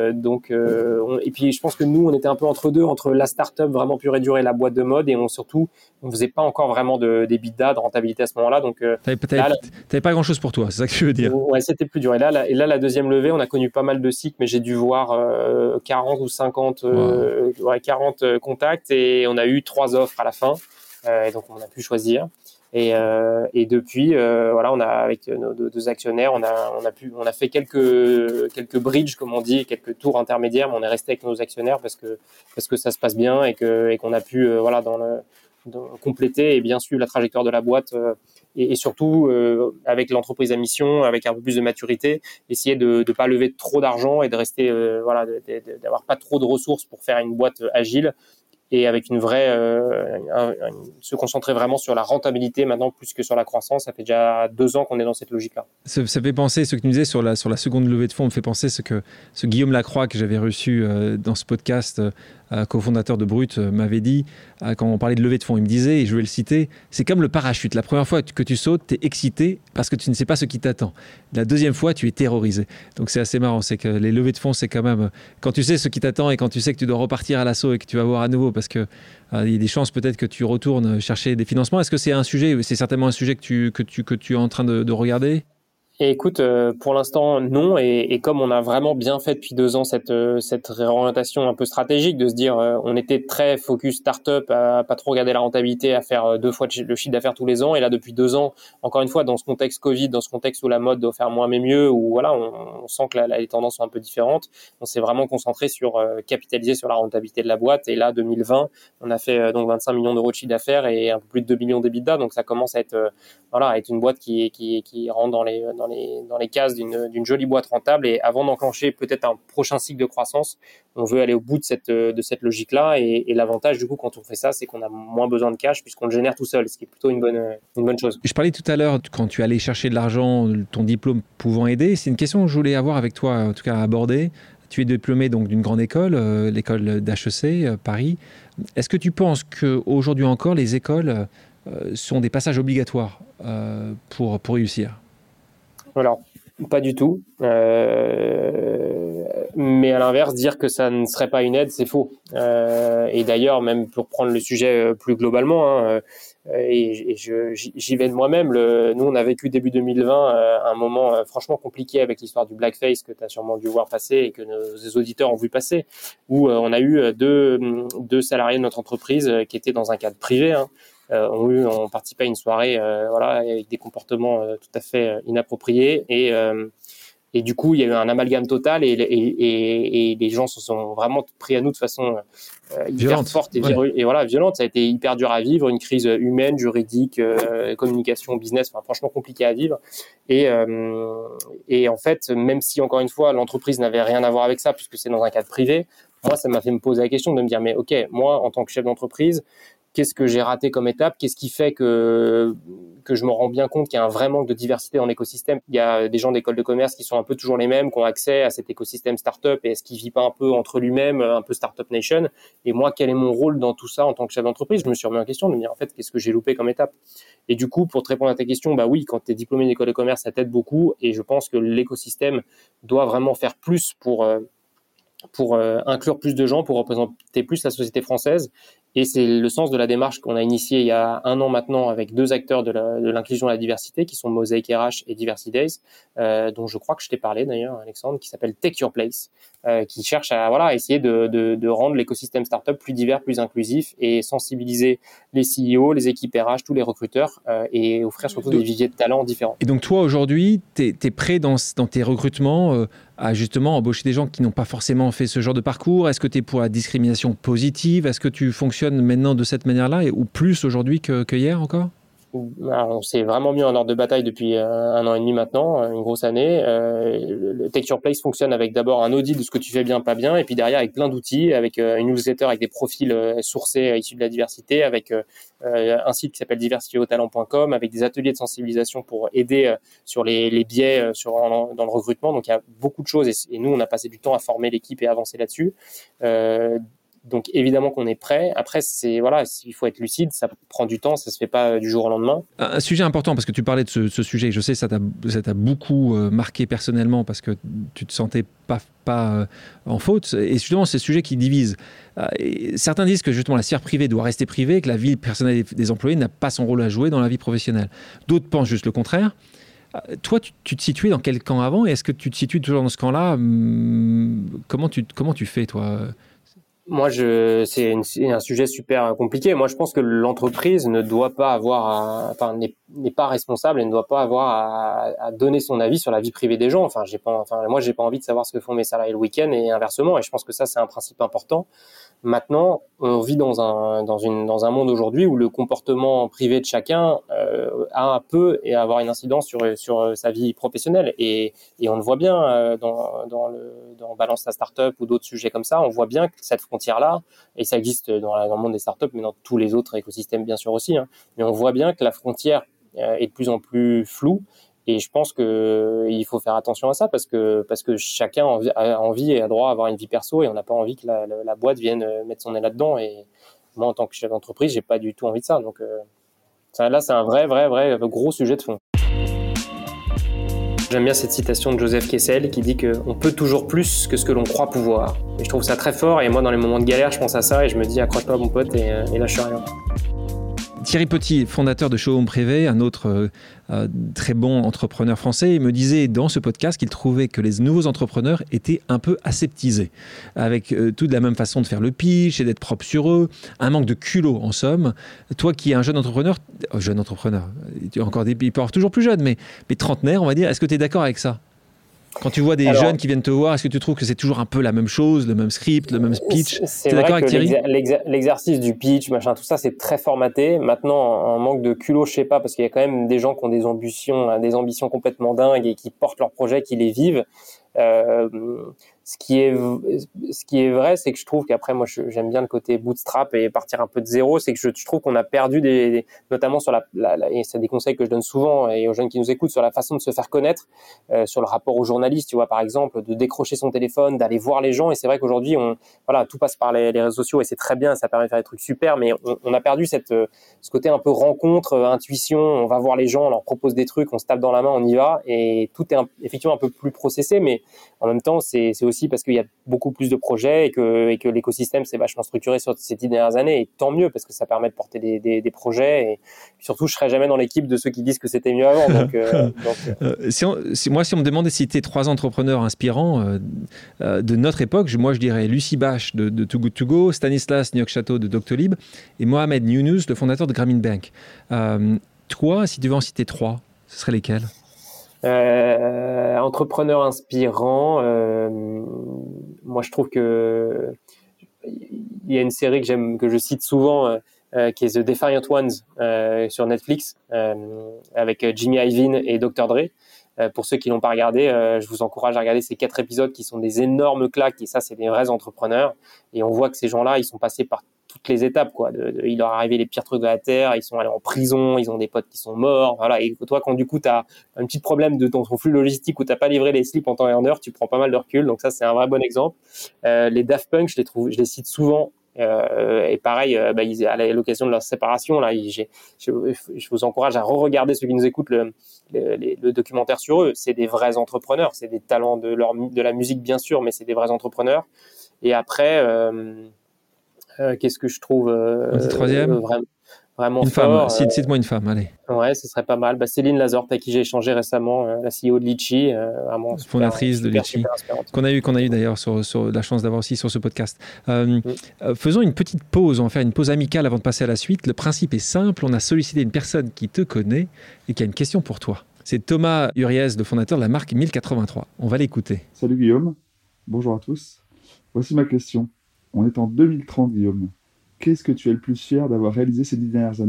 Speaker 1: puis je pense que nous, on était un peu entre la start-up vraiment pure et dure et la boîte de mode, et on faisait pas encore vraiment d'EBITDA, de rentabilité à ce moment-là. Donc
Speaker 2: t'avais pas grand-chose pour toi, c'est ça que tu veux dire?
Speaker 1: Ouais, c'était plus dur. Et là, la deuxième levée, on a connu pas mal de cycles, mais j'ai dû voir 40 ou 50 40 contacts, et on a eu 3 offres à la fin. Et donc on a pu choisir. Et depuis, on a avec nos 2 actionnaires, on a fait quelques bridges, comme on dit, quelques tours intermédiaires, mais on est resté avec nos actionnaires parce que ça se passe bien et qu'on a pu compléter et bien suivre la trajectoire de la boîte et surtout avec l'entreprise à mission, avec un peu plus de maturité, essayer de pas lever trop d'argent et de rester d'avoir pas trop de ressources pour faire une boîte agile. et avec une vraie se concentrer vraiment sur la rentabilité maintenant plus que sur la croissance. Ça fait déjà 2 ans qu'on est dans cette logique-là.
Speaker 2: Ça fait penser, ce que tu me disais sur la seconde levée de fonds, me fait penser ce Guillaume Lacroix que j'avais reçu dans ce podcast, cofondateur de Brut, m'avait dit quand on parlait de levée de fonds. Il me disait, et je vais le citer, c'est comme le parachute. La première fois que tu sautes, tu es excité parce que tu ne sais pas ce qui t'attend. La deuxième fois, tu es terrorisé. Donc c'est assez marrant, c'est que les levées de fonds, c'est quand même quand tu sais ce qui t'attend et quand tu sais que tu dois repartir à l'assaut et que tu vas voir à nouveau parce que il y a des chances peut-être que tu retournes chercher des financements. Est-ce que c'est un sujet, c'est certainement un sujet que tu es en train de regarder?
Speaker 1: Et écoute, pour l'instant, non. Et comme on a vraiment bien fait depuis 2 ans cette réorientation un peu stratégique, de se dire, on était très focus start-up, à pas trop regarder la rentabilité, à faire 2 fois le chiffre d'affaires tous les ans. Et là, depuis 2 ans, encore une fois, dans ce contexte Covid, dans ce contexte où la mode doit faire moins mais mieux, où voilà, on sent que les tendances sont un peu différentes. On s'est vraiment concentré sur capitaliser sur la rentabilité de la boîte. Et là, 2020, on a fait donc 25 millions d'euros de chiffre d'affaires et un peu plus de 2 millions d'EBITDA. Donc ça commence à être une boîte qui rentre dans les cases d'une jolie boîte rentable. Et avant d'enclencher peut-être un prochain cycle de croissance, on veut aller au bout de cette logique-là. Et l'avantage, du coup, quand on fait ça, c'est qu'on a moins besoin de cash puisqu'on le génère tout seul, ce qui est plutôt une bonne chose.
Speaker 2: Je parlais tout à l'heure, quand tu allais chercher de l'argent, ton diplôme pouvant aider. C'est une question que je voulais avoir avec toi, en tout cas aborder. Tu es diplômé donc d'une grande école, l'école d'HEC, Paris. Est-ce que tu penses qu'aujourd'hui encore, les écoles sont des passages obligatoires pour réussir?
Speaker 1: Alors, pas du tout. Mais à l'inverse, dire que ça ne serait pas une aide, c'est faux. Et d'ailleurs, même pour prendre le sujet plus globalement, j'y vais de moi-même. Nous, on a vécu début 2020 un moment franchement compliqué avec l'histoire du blackface que tu as sûrement dû voir passer et que nos auditeurs ont vu passer, où on a eu deux salariés de notre entreprise qui étaient dans un cadre privé, ont participé à une soirée avec des comportements tout à fait inappropriés et du coup il y a eu un amalgame total et les gens se sont vraiment pris à nous de façon hyper forte et violente. Ça a été hyper dur à vivre, une crise humaine, juridique, communication, business, franchement compliqué à vivre et en fait, même si encore une fois l'entreprise n'avait rien à voir avec ça puisque c'est dans un cadre privé, moi ça m'a fait me poser la question de me dire mais ok, moi en tant que chef d'entreprise, qu'est-ce que j'ai raté comme étape? Qu'est-ce qui fait que je me rends bien compte qu'il y a un vrai manque de diversité dans l'écosystème? Il y a des gens d'école de commerce qui sont un peu toujours les mêmes, qui ont accès à cet écosystème startup, et est-ce qu'ils vivent pas un peu entre lui-même, un peu startup nation? Et moi, quel est mon rôle dans tout ça en tant que chef d'entreprise? Je me suis remis en question de me dire, en fait, qu'est-ce que j'ai loupé comme étape? Et du coup, pour te répondre à ta question, bah oui, quand tu es diplômé d'école de commerce, ça t'aide beaucoup, et je pense que l'écosystème doit vraiment faire plus pour inclure plus de gens, pour représenter plus la société française. Et c'est le sens de la démarche qu'on a initiée il y a 1 an maintenant avec 2 acteurs de l'inclusion et de la diversité qui sont Mosaic RH et Diversity Days, dont je crois que je t'ai parlé d'ailleurs, Alexandre, qui s'appelle Take Your Place, qui cherche à essayer de rendre l'écosystème startup plus divers, plus inclusif et sensibiliser les CEO, les équipes RH, tous les recruteurs et offrir surtout des viviers de talents différents.
Speaker 2: Et donc toi aujourd'hui, tu es prêt dans tes recrutements à justement embaucher des gens qui n'ont pas forcément fait ce genre de parcours? Est-ce que tu es pour la discrimination positive? Est-ce que tu fonctionnes maintenant de cette manière-là ou plus aujourd'hui que hier encore?
Speaker 1: Alors, on s'est vraiment mis en ordre de bataille depuis 1 an et demi maintenant, une grosse année. Le Take Your Place fonctionne avec d'abord un audit de ce que tu fais bien, pas bien, et puis derrière avec plein d'outils, avec une newsletter avec des profils sourcés issus de la diversité, avec un site qui s'appelle diversityautalent.com, avec des ateliers de sensibilisation pour aider sur les biais dans le recrutement. Donc il y a beaucoup de choses et nous on a passé du temps à former l'équipe et à avancer là-dessus. Donc évidemment qu'on est prêt. Après, il faut être lucide, ça prend du temps, ça se fait pas du jour au lendemain.
Speaker 2: Un sujet important, parce que tu parlais de ce sujet, je sais ça t'a beaucoup marqué personnellement parce que tu te sentais pas en faute. Et justement, c'est ce sujet qui divise. Certains disent que justement la sphère privée doit rester privée, que la vie personnelle des employés n'a pas son rôle à jouer dans la vie professionnelle. D'autres pensent juste le contraire. Toi, tu te situais dans quel camp avant? Et est-ce que tu te situes toujours dans ce camp-là? Comment tu fais, toi?
Speaker 1: Moi, c'est un sujet super compliqué. Moi, je pense que l'entreprise ne doit pas n'est pas responsable et ne doit pas avoir à donner son avis sur la vie privée des gens. Moi, j'ai pas envie de savoir ce que font mes salariés le week-end et inversement. Et je pense que ça, c'est un principe important. Maintenant, on vit dans un monde aujourd'hui où le comportement privé de chacun a un peu et avoir une incidence sur sa vie professionnelle. Et on le voit bien dans Balance ta startup ou d'autres sujets comme ça. On voit bien que cette frontière-là, et ça existe dans le monde des startups, mais dans tous les autres écosystèmes bien sûr aussi. Hein, mais on voit bien que la frontière est de plus en plus floue. Et je pense qu'il faut faire attention à ça parce que chacun a envie et a droit à avoir une vie perso et on n'a pas envie que la boîte vienne mettre son nez là-dedans. Et moi, en tant que chef d'entreprise, j'ai pas du tout envie de ça. Donc là, c'est un vrai gros sujet de fond. J'aime bien cette citation de Joseph Kessel qui dit qu'on peut toujours plus que ce que l'on croit pouvoir. Et je trouve ça très fort. Et moi, dans les moments de galère, je pense à ça et je me dis accroche-toi, mon pote, et lâche rien.
Speaker 2: Thierry Petit, fondateur de Showroom Privé, un autre très bon entrepreneur français, me disait dans ce podcast qu'il trouvait que les nouveaux entrepreneurs étaient un peu aseptisés, avec toute la même façon de faire le pitch et d'être propre sur eux, un manque de culot en somme. Toi qui es un jeune entrepreneur, tu es encore il peut avoir toujours plus jeune, mais trentenaire, on va dire, est-ce que tu es d'accord avec ça ? Quand tu vois des jeunes qui viennent te voir, est-ce que tu trouves que c'est toujours un peu la même chose, le même script, le même pitch ?
Speaker 1: C'est vrai d'accord avec Thierry ? L'exercice du pitch, machin, tout ça, c'est très formaté. Maintenant, un manque de culot, je sais pas, parce qu'il y a quand même des gens qui ont des ambitions complètement dingues et qui portent leurs projets, qui les vivent. Ce qui est vrai, c'est que je trouve qu'après, moi, j'aime bien le côté bootstrap et partir un peu de zéro. C'est que je trouve qu'on a perdu notamment sur et c'est des conseils que je donne souvent et aux jeunes qui nous écoutent sur la façon de se faire connaître, sur le rapport aux journalistes, tu vois, par exemple, de décrocher son téléphone, d'aller voir les gens. Et c'est vrai qu'aujourd'hui, tout passe par les réseaux sociaux et c'est très bien, ça permet de faire des trucs super, mais on a perdu ce côté un peu rencontre, intuition. On va voir les gens, on leur propose des trucs, on se tape dans la main, on y va et tout est effectivement un peu plus processé, mais en même temps, c'est aussi parce qu'il y a beaucoup plus de projets et que l'écosystème s'est vachement structuré sur ces 10 dernières années. Et tant mieux, parce que ça permet de porter des projets. Et surtout, je serai jamais dans l'équipe de ceux qui disent que c'était mieux avant.
Speaker 2: Si on me demandait de citer 3 entrepreneurs inspirants de notre époque, je dirais Lucie Bache de Too Good To Go, Stanislas Nyok-Chateau de Doctolib et Mohamed Younous, le fondateur de Grameen Bank. Toi, si tu devais en citer 3, ce seraient lesquels ?
Speaker 1: Entrepreneur inspirant, moi je trouve que il y a une série que je cite souvent qui est The Defiant Ones sur Netflix avec Jimmy Iovine et Dr. Dre. Pour ceux qui l'ont pas regardé, je vous encourage à regarder ces 4 épisodes qui sont des énormes claques et ça c'est des vrais entrepreneurs et on voit que ces gens-là ils sont passés par toutes les étapes quoi. Il leur est arrivé les pires trucs de la terre, ils sont allés en prison, ils ont des potes qui sont morts, voilà. Et toi quand du coup t'as un petit problème de ton flux logistique où t'as pas livré les slips en temps et en heure, tu prends pas mal de recul. Donc ça c'est un vrai bon exemple. Les Daft Punk, je les cite souvent. Et pareil, à l'occasion de leur séparation, là, je vous encourage à re-regarder ceux qui nous écoutent le documentaire sur eux. C'est des vrais entrepreneurs, c'est des talents de la musique bien sûr, mais c'est des vrais entrepreneurs. Et après, qu'est-ce que je trouve
Speaker 2: troisième
Speaker 1: vraiment
Speaker 2: une
Speaker 1: fort,
Speaker 2: femme, cite-moi une femme, allez.
Speaker 1: Ouais, ce serait pas mal. Céline Lazorte, avec qui j'ai échangé récemment, la CEO de Litchi, vraiment
Speaker 2: fondatrice de Litchi, qu'on a eu d'ailleurs sur la chance d'avoir aussi sur ce podcast. Faisons une petite pause, on va faire une pause amicale avant de passer à la suite. Le principe est simple, on a sollicité une personne qui te connaît et qui a une question pour toi. C'est Thomas Uriez, le fondateur de la marque 1083. On va l'écouter.
Speaker 3: Salut Guillaume, bonjour à tous. Voici ma question. On est en 2030 Guillaume. Qu'est-ce que tu es le plus fier d'avoir réalisé ces 10 dernières années ?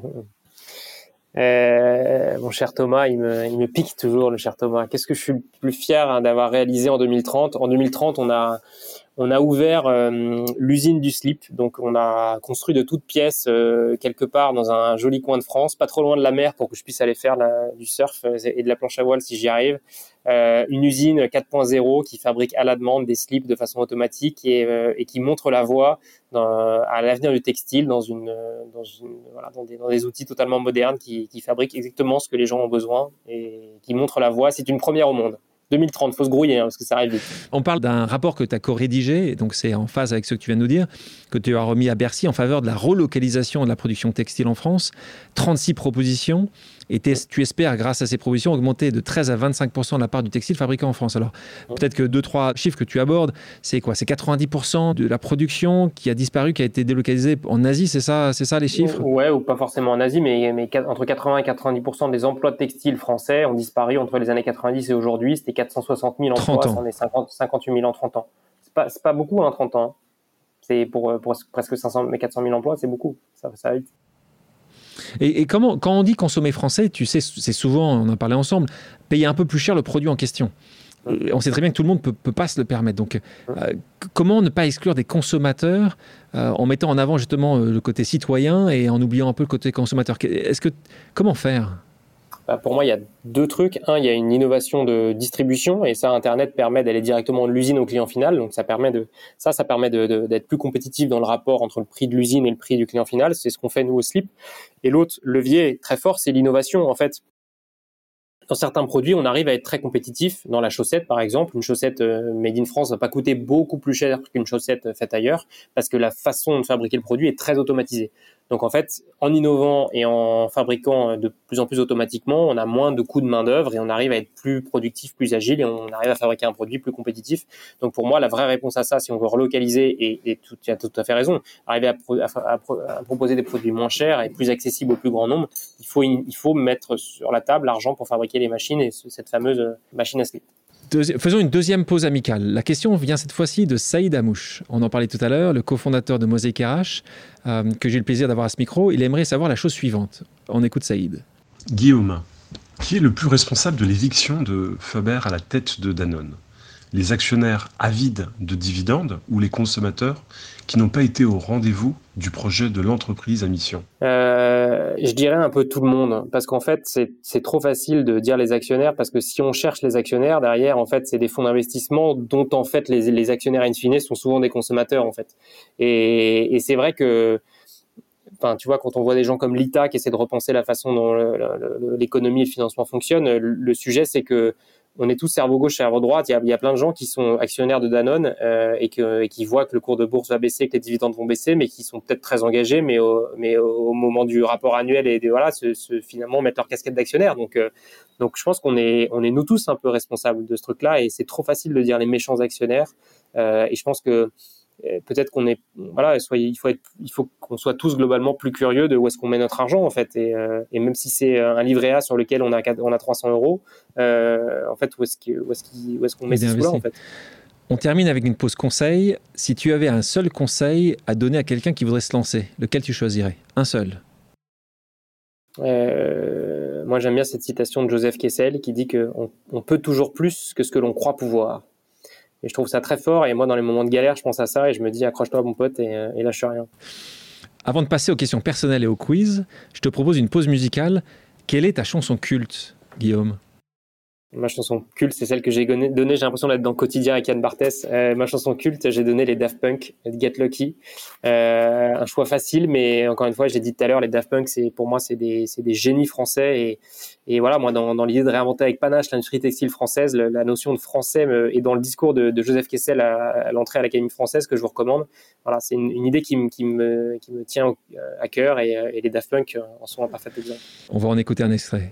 Speaker 1: Mon cher Thomas, il me pique toujours, le cher Thomas. Qu'est-ce que je suis le plus fier d'avoir réalisé en 2030 ? En 2030, on a ouvert l'usine du slip. Donc, on a construit de toutes pièces quelque part dans un joli coin de France, pas trop loin de la mer pour que je puisse aller faire du surf et de la planche à voile si j'y arrive. Une usine 4.0 qui fabrique à la demande des slips de façon automatique et qui montre la voie à l'avenir du textile dans des outils totalement modernes qui fabriquent exactement ce que les gens ont besoin et qui montrent la voie. C'est une première au monde. 2030, faut se grouiller parce que ça arrive vite.
Speaker 2: On parle d'un rapport que tu as co-rédigé, donc c'est en phase avec ce que tu viens de nous dire, que tu as remis à Bercy en faveur de la relocalisation de la production textile en France. 36 propositions. Et tu espères, grâce à ces propositions, augmenter de 13 à 25% de la part du textile fabriqué en France. Alors, peut-être que 2-3 chiffres que tu abordes, c'est quoi ? C'est 90% de la production qui a disparu, qui a été délocalisée en Asie, c'est ça les chiffres ?
Speaker 1: Ouais, ou pas forcément en Asie, mais entre 80 et 90% des emplois de textile français ont disparu entre les années 90 et aujourd'hui. C'était 460 000 emplois, c'en est 58 000 en 30 ans. C'est pas beaucoup, 30 ans. C'est pour presque 400 000 emplois, c'est beaucoup. Ça va vite.
Speaker 2: Et quand on dit consommer français, tu sais, c'est souvent, on en parlait ensemble, payer un peu plus cher le produit en question. On sait très bien que tout le monde peut pas se le permettre. Donc, comment ne pas exclure des consommateurs en mettant en avant justement le côté citoyen et en oubliant un peu le côté consommateur? Comment faire?
Speaker 1: Pour moi, il y a deux trucs. Un, il y a une innovation de distribution, et ça, Internet permet d'aller directement de l'usine au client final. Donc, ça permet d'être plus compétitif dans le rapport entre le prix de l'usine et le prix du client final. C'est ce qu'on fait, nous, au Slip. Et l'autre levier très fort, c'est l'innovation. En fait, dans certains produits, on arrive à être très compétitif. Dans la chaussette, par exemple, une chaussette made in France va pas coûter beaucoup plus cher qu'une chaussette faite ailleurs, parce que la façon de fabriquer le produit est très automatisée. Donc en fait, en innovant et en fabriquant de plus en plus automatiquement, on a moins de coûts de main d'œuvre et on arrive à être plus productif, plus agile, et on arrive à fabriquer un produit plus compétitif. Donc pour moi, la vraie réponse à ça, si on veut relocaliser, et tu as tout à fait raison, arriver à proposer des produits moins chers et plus accessibles au plus grand nombre, il faut mettre sur la table l'argent pour fabriquer les machines, et cette fameuse machine à slip.
Speaker 2: Faisons une deuxième pause amicale. La question vient cette fois-ci de Saïd Amouche. On en parlait tout à l'heure, le cofondateur de Mosaic RH, que j'ai eu le plaisir d'avoir à ce micro. Il aimerait savoir la chose suivante. On écoute Saïd.
Speaker 4: Guillaume, qui est le plus responsable de l'éviction de Faber à la tête de Danone ? Les actionnaires avides de dividendes ou les consommateurs qui n'ont pas été au rendez-vous du projet de l'entreprise à mission ?
Speaker 1: Je dirais un peu tout le monde, parce qu'en fait, c'est trop facile de dire les actionnaires, parce que si on cherche les actionnaires, derrière, en fait, c'est des fonds d'investissement dont, en fait, les actionnaires in fine sont souvent des consommateurs, en fait. Et c'est vrai que, enfin, tu vois, quand on voit des gens comme Lita qui essaient de repenser la façon dont l'économie et le financement fonctionnent, le sujet, c'est que on est tous cerveau gauche, cerveau droite. Il y a plein de gens qui sont actionnaires de Danone et qui voient que le cours de bourse va baisser, que les dividendes vont baisser, mais qui sont peut-être très engagés, mais au moment du rapport annuel finalement mettent leur casquette d'actionnaire. Donc je pense qu'on est nous tous un peu responsables de ce truc-là, et c'est trop facile de dire les méchants actionnaires. Et je pense que peut-être qu'on est il faut qu'on soit tous globalement plus curieux de où est-ce qu'on met notre argent, en fait, et même si c'est un livret A sur lequel on a 300 euros, en fait, où est-ce qu'on met ces sous-là, en fait.
Speaker 2: On termine avec une pause conseil. Si tu avais un seul conseil à donner à quelqu'un qui voudrait se lancer, lequel tu choisirais? Un seul.
Speaker 1: Moi, j'aime bien cette citation de Joseph Kessel qui dit qu'on peut toujours plus que ce que l'on croit pouvoir. Et je trouve ça très fort, et moi, dans les moments de galère, je pense à ça et je me dis accroche-toi, mon pote, et lâche rien.
Speaker 2: Avant de passer aux questions personnelles et au quiz, je te propose une pause musicale. Quelle est ta chanson culte, Guillaume ?
Speaker 1: Ma chanson culte, c'est celle que j'ai donnée. J'ai l'impression d'être dans Quotidien avec Yann Barthès. Ma chanson culte, j'ai donné les Daft Punk, Get Lucky. Un choix facile, mais encore une fois, j'ai dit tout à l'heure, les Daft Punk, pour moi, c'est des génies français. Et voilà, moi, dans l'idée de réinventer avec panache l'industrie textile française, la notion de français est dans le discours de Joseph Kessel à l'entrée à l'Académie française, que je vous recommande. Voilà, c'est une idée qui me tient à cœur, et les Daft Punk en sont un parfait exemple.
Speaker 2: On va en écouter un extrait.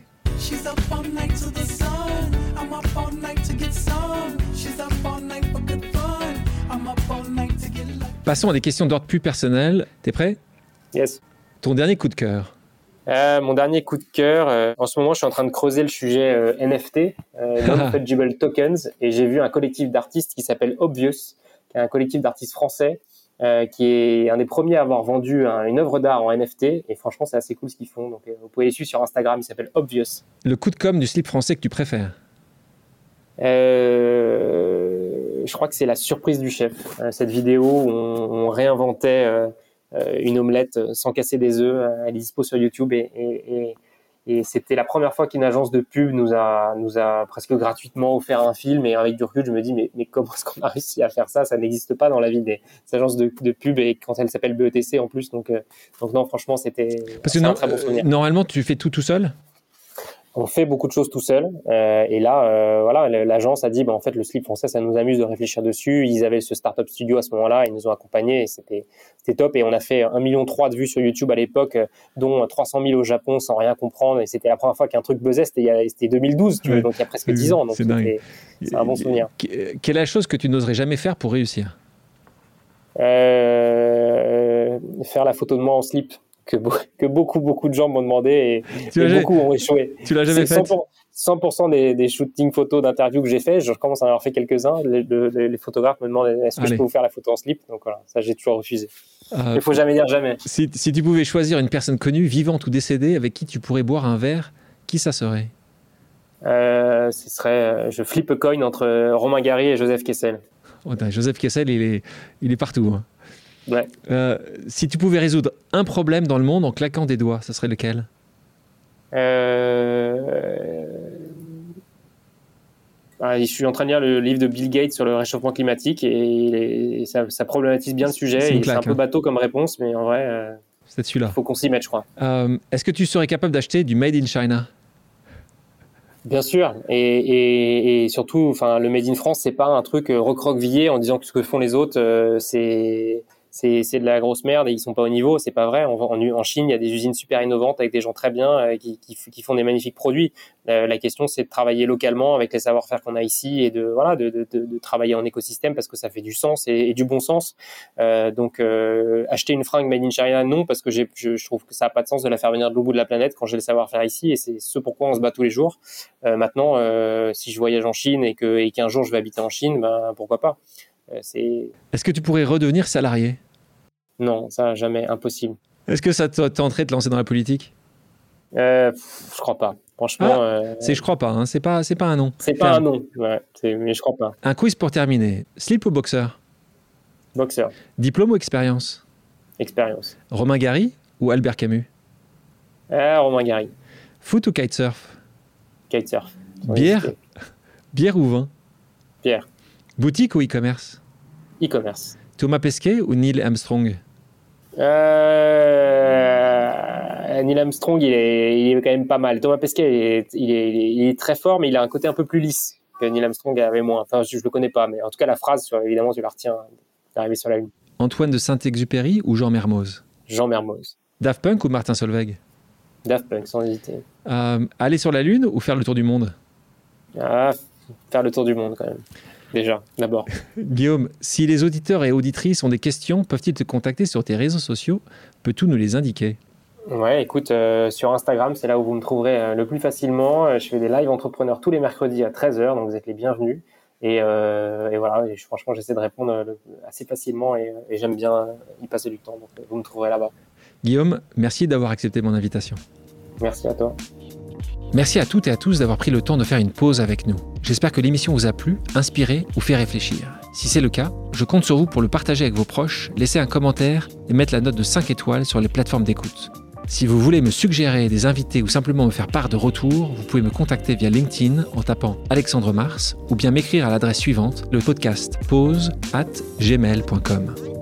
Speaker 2: Passons à des questions d'ordre plus personnel. T'es prêt?
Speaker 1: Yes.
Speaker 2: Ton dernier coup de cœur?
Speaker 1: Mon dernier coup de cœur, en ce moment, je suis en train de creuser le sujet NFT, Non-Fungible Tokens, et j'ai vu un collectif d'artistes qui s'appelle Obvious, qui est un collectif d'artistes français, qui est un des premiers à avoir vendu une œuvre d'art en NFT, et franchement, c'est assez cool ce qu'ils font. Donc, vous pouvez les suivre sur Instagram, il s'appelle Obvious.
Speaker 2: Le coup de com' du slip français que tu préfères?
Speaker 1: Je crois que c'est la surprise du chef. Cette vidéo où on réinventait une omelette sans casser des œufs. Elle est dispo sur YouTube, et c'était la première fois qu'une agence de pub nous a presque gratuitement offert un film. Et avec du recul, je me dis mais comment est-ce qu'on a réussi à faire ça? Ça n'existe pas dans la vie des agences de pub, et quand elle s'appelle BETC en plus. Donc non, franchement, c'était un très bon souvenir.
Speaker 2: Normalement, tu fais tout seul?
Speaker 1: On fait beaucoup de choses tout seul, et là, voilà, l'agence a dit, en fait, le slip français, ça nous amuse de réfléchir dessus. Ils avaient ce startup studio à ce moment-là, ils nous ont accompagnés, et c'était top. Et on a fait 1,3 million de vues sur YouTube à l'époque, dont 300 000 au Japon sans rien comprendre. Et c'était la première fois qu'un truc buzzait, c'était 2012, tu vois, donc il y a presque 10 ans. Donc c'est un bon souvenir.
Speaker 2: Quelle est la chose que tu n'oserais jamais faire pour réussir?
Speaker 1: Faire la photo de moi en slip. Que beaucoup de gens m'ont demandé, et beaucoup ont échoué.
Speaker 2: Tu l'as jamais fait?
Speaker 1: 100% des shootings photos d'interviews que j'ai fait, je commence à en avoir fait quelques-uns. Les photographes me demandent est-ce que je peux vous faire la photo en slip. Donc voilà, ça j'ai toujours refusé. Il faut jamais dire jamais.
Speaker 2: Si tu pouvais choisir une personne connue, vivante ou décédée, avec qui tu pourrais boire un verre, qui ça serait ?
Speaker 1: Ce serait, je flippe coin entre Romain Gary et Joseph Kessel.
Speaker 2: Oh, Joseph Kessel, il est partout. Hein.
Speaker 1: Ouais.
Speaker 2: Si tu pouvais résoudre un problème dans le monde en claquant des doigts, ça serait lequel ?
Speaker 1: Je suis en train de lire le livre de Bill Gates sur le réchauffement climatique et ça problématise bien le sujet. C'est un peu bateau comme réponse, mais en vrai,
Speaker 2: c'est celui-là.
Speaker 1: Il faut qu'on s'y mette, je crois.
Speaker 2: Est-ce que tu serais capable d'acheter du Made in China ?
Speaker 1: Bien sûr, et surtout, le Made in France, c'est pas un truc recroquevillé en disant que ce que font les autres, c'est de la grosse merde et ils sont pas au niveau. C'est pas vrai. En Chine, il y a des usines super innovantes avec des gens très bien qui font des magnifiques produits. La question, c'est de travailler localement avec les savoir-faire qu'on a ici et de travailler en écosystème parce que ça fait du sens et du bon sens. Donc, acheter une fringue made in China, non, parce que je trouve que ça a pas de sens de la faire venir de l'autre bout de la planète quand j'ai le savoir-faire ici et c'est ce pourquoi on se bat tous les jours. Maintenant, si je voyage en Chine et qu'un jour je vais habiter en Chine, pourquoi pas.
Speaker 2: Est-ce que tu pourrais redevenir salarié ?
Speaker 1: Non, ça, jamais, impossible.
Speaker 2: Est-ce que ça te tenterait de te lancer dans la politique ?
Speaker 1: Je crois pas. Franchement,
Speaker 2: je crois pas. Hein. C'est pas un non.
Speaker 1: C'est pas un non. Ouais, mais je crois pas.
Speaker 2: Un quiz pour terminer. Slip ou boxeur ?
Speaker 1: Boxeur.
Speaker 2: Diplôme ou expérience ?
Speaker 1: Expérience.
Speaker 2: Romain Gary ou Albert Camus ?
Speaker 1: Romain Gary.
Speaker 2: Foot ou kitesurf ?
Speaker 1: Kitesurf.
Speaker 2: Bière ou vin ?
Speaker 1: Bière.
Speaker 2: Boutique ou e-commerce ?
Speaker 1: E-commerce.
Speaker 2: Thomas Pesquet ou Neil Armstrong ?
Speaker 1: Neil Armstrong, il est quand même pas mal. Thomas Pesquet, il est très fort, mais il a un côté un peu plus lisse que Neil Armstrong avait moins. Enfin, je le connais pas, mais en tout cas, la phrase, évidemment, tu la retiens d'arriver sur la Lune.
Speaker 2: Antoine de Saint-Exupéry ou Jean Mermoz ?
Speaker 1: Jean Mermoz.
Speaker 2: Daft Punk ou Martin Solveig ?
Speaker 1: Daft Punk, sans hésiter.
Speaker 2: Aller sur la Lune ou faire le tour du monde ?
Speaker 1: Faire le tour du monde, quand même. Déjà, d'abord.
Speaker 2: Guillaume, si les auditeurs et auditrices ont des questions, peuvent-ils te contacter sur tes réseaux sociaux ? Peux-tu nous les indiquer ?
Speaker 1: Ouais, écoute, sur Instagram, c'est là où vous me trouverez le plus facilement. Je fais des lives entrepreneurs tous les mercredis à 13h, donc vous êtes les bienvenus. Et voilà, franchement, j'essaie de répondre assez facilement et j'aime bien y passer du temps. Donc, vous me trouverez là-bas.
Speaker 2: Guillaume, merci d'avoir accepté mon invitation.
Speaker 1: Merci à toi.
Speaker 2: Merci à toutes et à tous d'avoir pris le temps de faire une pause avec nous. J'espère que l'émission vous a plu, inspiré ou fait réfléchir. Si c'est le cas, je compte sur vous pour le partager avec vos proches, laisser un commentaire et mettre la note de 5 étoiles sur les plateformes d'écoute. Si vous voulez me suggérer des invités ou simplement me faire part de retours, vous pouvez me contacter via LinkedIn en tapant Alexandre Mars ou bien m'écrire à l'adresse suivante, le podcast pause@gmail.com.